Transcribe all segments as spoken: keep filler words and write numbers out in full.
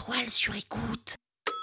toile sur écoute.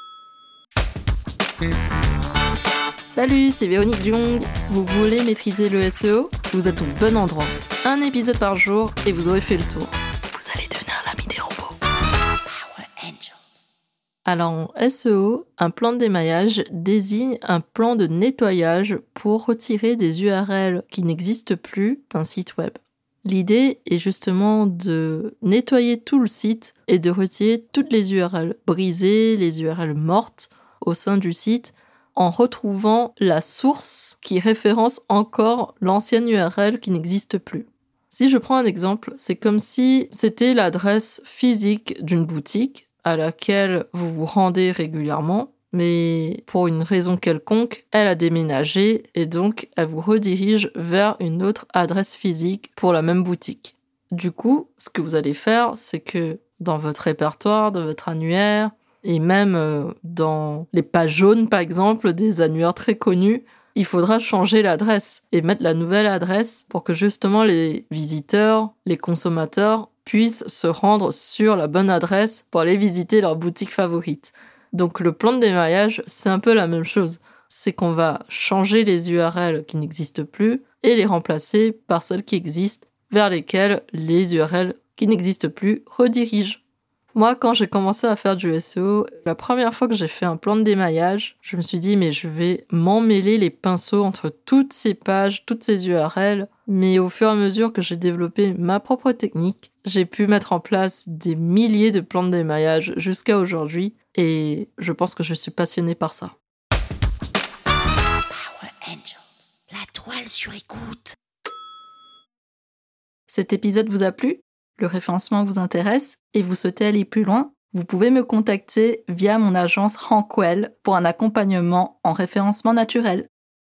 Salut, c'est Véronique Jung. Vous voulez maîtriser le S E O ? Vous êtes au bon endroit. Un épisode par jour et vous aurez fait le tour. Vous allez devenir l'ami des robots. Power Angels. Alors en S E O, un plan de démaillage désigne un plan de nettoyage pour retirer des U R L qui n'existent plus d'un site web. L'idée est justement de nettoyer tout le site et de retirer toutes les U R L brisées, les U R L mortes au sein du site, en retrouvant la source qui référence encore l'ancienne U R L qui n'existe plus. Si je prends un exemple, c'est comme si c'était l'adresse physique d'une boutique à laquelle vous vous rendez régulièrement, mais pour une raison quelconque, elle a déménagé et donc elle vous redirige vers une autre adresse physique pour la même boutique. Du coup, ce que vous allez faire, c'est que dans votre répertoire, dans votre annuaire, et même euh, dans les pages jaunes, par exemple, des annuaires très connus, il faudra changer l'adresse et mettre la nouvelle adresse pour que justement les visiteurs, les consommateurs puissent se rendre sur la bonne adresse pour aller visiter leur boutique favorite. Donc le plan de démaillage, c'est un peu la même chose. C'est qu'on va changer les U R L qui n'existent plus et les remplacer par celles qui existent, vers lesquelles les U R L qui n'existent plus redirigent. Moi, quand j'ai commencé à faire du S E O, la première fois que j'ai fait un plan de démaillage, je me suis dit, mais je vais m'emmêler les pinceaux entre toutes ces pages, toutes ces U R L. Mais au fur et à mesure que j'ai développé ma propre technique, j'ai pu mettre en place des milliers de plans de démaillage jusqu'à aujourd'hui. Et je pense que je suis passionnée par ça. Power Angels. La toile sur écoute. Cet épisode vous a plu ? Le référencement vous intéresse et vous souhaitez aller plus loin ? Vous pouvez me contacter via mon agence Rankwell pour un accompagnement en référencement naturel.